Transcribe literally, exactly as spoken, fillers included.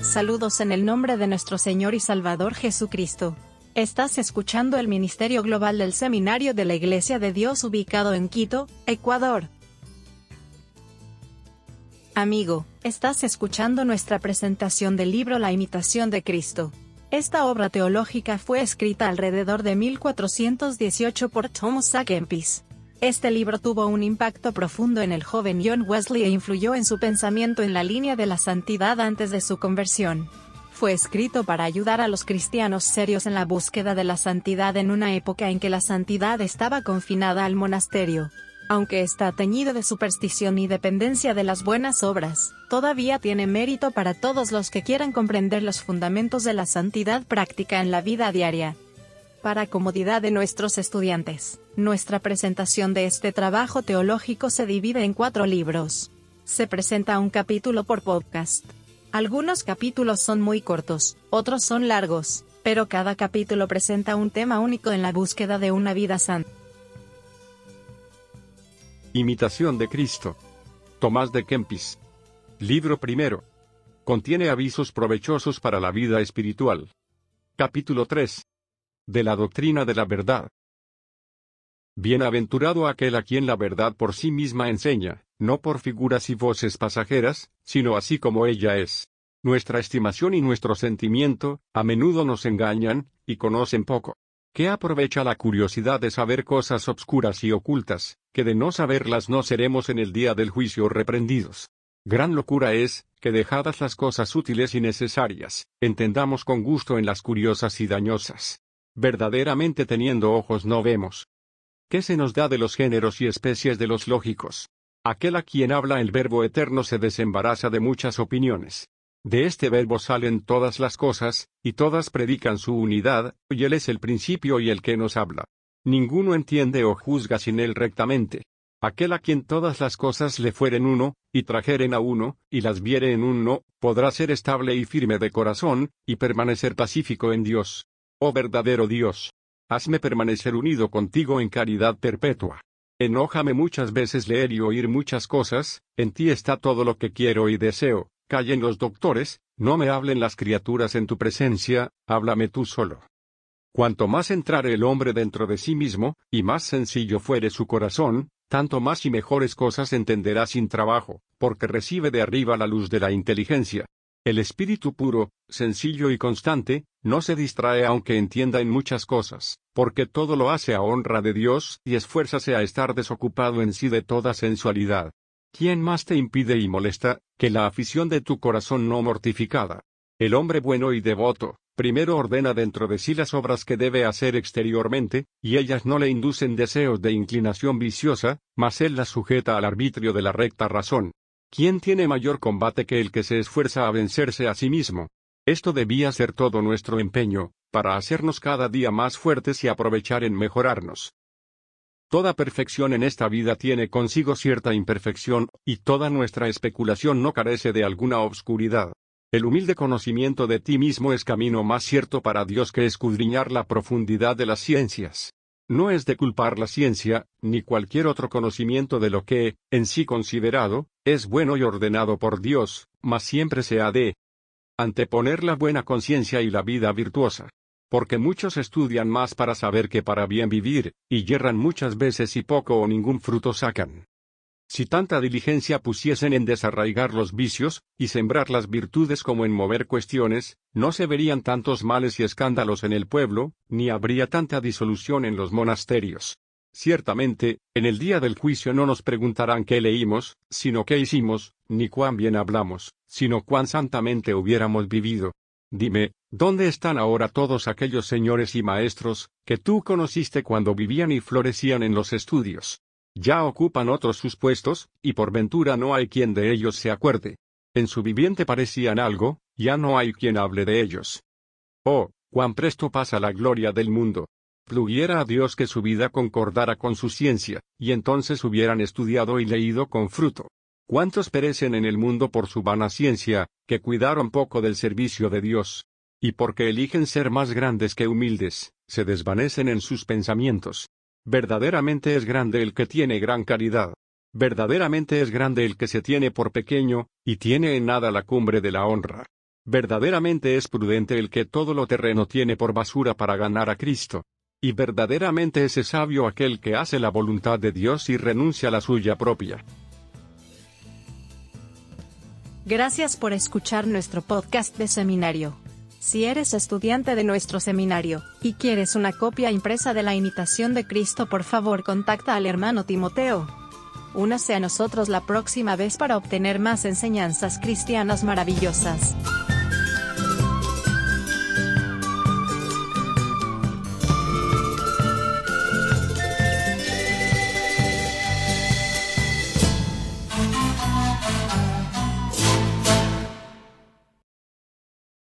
Saludos en el nombre de nuestro Señor y Salvador Jesucristo. Estás escuchando el Ministerio Global del Seminario de la Iglesia de Dios ubicado en Quito, Ecuador. Amigo, estás escuchando nuestra presentación del libro La Imitación de Cristo. Esta obra teológica fue escrita alrededor de mil cuatrocientos dieciocho por Thomas A. Kempis. Este libro tuvo un impacto profundo en el joven John Wesley e influyó en su pensamiento en la línea de la santidad antes de su conversión. Fue escrito para ayudar a los cristianos serios en la búsqueda de la santidad en una época en que la santidad estaba confinada al monasterio. Aunque está teñido de superstición y dependencia de las buenas obras, todavía tiene mérito para todos los que quieran comprender los fundamentos de la santidad práctica en la vida diaria. Para comodidad de nuestros estudiantes, nuestra presentación de este trabajo teológico se divide en cuatro libros. Se presenta un capítulo por podcast. Algunos capítulos son muy cortos, otros son largos, pero cada capítulo presenta un tema único en la búsqueda de una vida santa. Imitación de Cristo. Tomás de Kempis. Libro primero. Contiene avisos provechosos para la vida espiritual. Capítulo tres. De la doctrina de la verdad. Bienaventurado aquel a quien la verdad por sí misma enseña, no por figuras y voces pasajeras, sino así como ella es. Nuestra estimación y nuestro sentimiento, a menudo nos engañan, y conocen poco. ¿Qué aprovecha la curiosidad de saber cosas obscuras y ocultas, que de no saberlas no seremos en el día del juicio reprendidos? Gran locura es, que dejadas las cosas útiles y necesarias, entendamos con gusto en las curiosas y dañosas. Verdaderamente teniendo ojos no vemos. ¿Qué se nos da de los géneros y especies de los lógicos? Aquel a quien habla el Verbo eterno se desembaraza de muchas opiniones. De este Verbo salen todas las cosas, y todas predican su unidad, y Él es el principio y el que nos habla. Ninguno entiende o juzga sin Él rectamente. Aquel a quien todas las cosas le fueren uno, y trajeren a uno, y las viere en uno, podrá ser estable y firme de corazón, y permanecer pacífico en Dios. Oh verdadero Dios, hazme permanecer unido contigo en caridad perpetua. Enójame muchas veces leer y oír muchas cosas, en ti está todo lo que quiero y deseo. Callen los doctores, no me hablen las criaturas en tu presencia, háblame tú solo. Cuanto más entrare el hombre dentro de sí mismo, y más sencillo fuere su corazón, tanto más y mejores cosas entenderá sin trabajo, porque recibe de arriba la luz de la inteligencia. El espíritu puro, sencillo y constante, no se distrae aunque entienda en muchas cosas, porque todo lo hace a honra de Dios y esfuérzase a estar desocupado en sí de toda sensualidad. ¿Quién más te impide y molesta, que la afición de tu corazón no mortificada? El hombre bueno y devoto, primero ordena dentro de sí las obras que debe hacer exteriormente, y ellas no le inducen deseos de inclinación viciosa, mas él las sujeta al arbitrio de la recta razón. ¿Quién tiene mayor combate que el que se esfuerza a vencerse a sí mismo? Esto debía ser todo nuestro empeño, para hacernos cada día más fuertes y aprovechar en mejorarnos. Toda perfección en esta vida tiene consigo cierta imperfección, y toda nuestra especulación no carece de alguna obscuridad. El humilde conocimiento de ti mismo es camino más cierto para Dios que escudriñar la profundidad de las ciencias. No es de culpar la ciencia, ni cualquier otro conocimiento de lo que, en sí considerado, es bueno y ordenado por Dios, mas siempre se ha de anteponer la buena conciencia y la vida virtuosa. Porque muchos estudian más para saber que para bien vivir, y yerran muchas veces y poco o ningún fruto sacan. Si tanta diligencia pusiesen en desarraigar los vicios, y sembrar las virtudes como en mover cuestiones, no se verían tantos males y escándalos en el pueblo, ni habría tanta disolución en los monasterios. Ciertamente, en el día del juicio no nos preguntarán qué leímos, sino qué hicimos, ni cuán bien hablamos, sino cuán santamente hubiéramos vivido. Dime, ¿dónde están ahora todos aquellos señores y maestros, que tú conociste cuando vivían y florecían en los estudios? Ya ocupan otros sus puestos, y por ventura no hay quien de ellos se acuerde. En su viviente parecían algo, ya no hay quien hable de ellos. Oh, cuán presto pasa la gloria del mundo. Pluguiera a Dios que su vida concordara con su ciencia, y entonces hubieran estudiado y leído con fruto. ¿Cuántos perecen en el mundo por su vana ciencia, que cuidaron poco del servicio de Dios? Y porque eligen ser más grandes que humildes, se desvanecen en sus pensamientos. Verdaderamente es grande el que tiene gran caridad. Verdaderamente es grande el que se tiene por pequeño, y tiene en nada la cumbre de la honra. Verdaderamente es prudente el que todo lo terreno tiene por basura para ganar a Cristo. Y verdaderamente es sabio aquel que hace la voluntad de Dios y renuncia a la suya propia. Gracias por escuchar nuestro podcast de seminario. Si eres estudiante de nuestro seminario, y quieres una copia impresa de la imitación de Cristo, por favor contacta al hermano Timoteo. Únase a nosotros la próxima vez para obtener más enseñanzas cristianas maravillosas.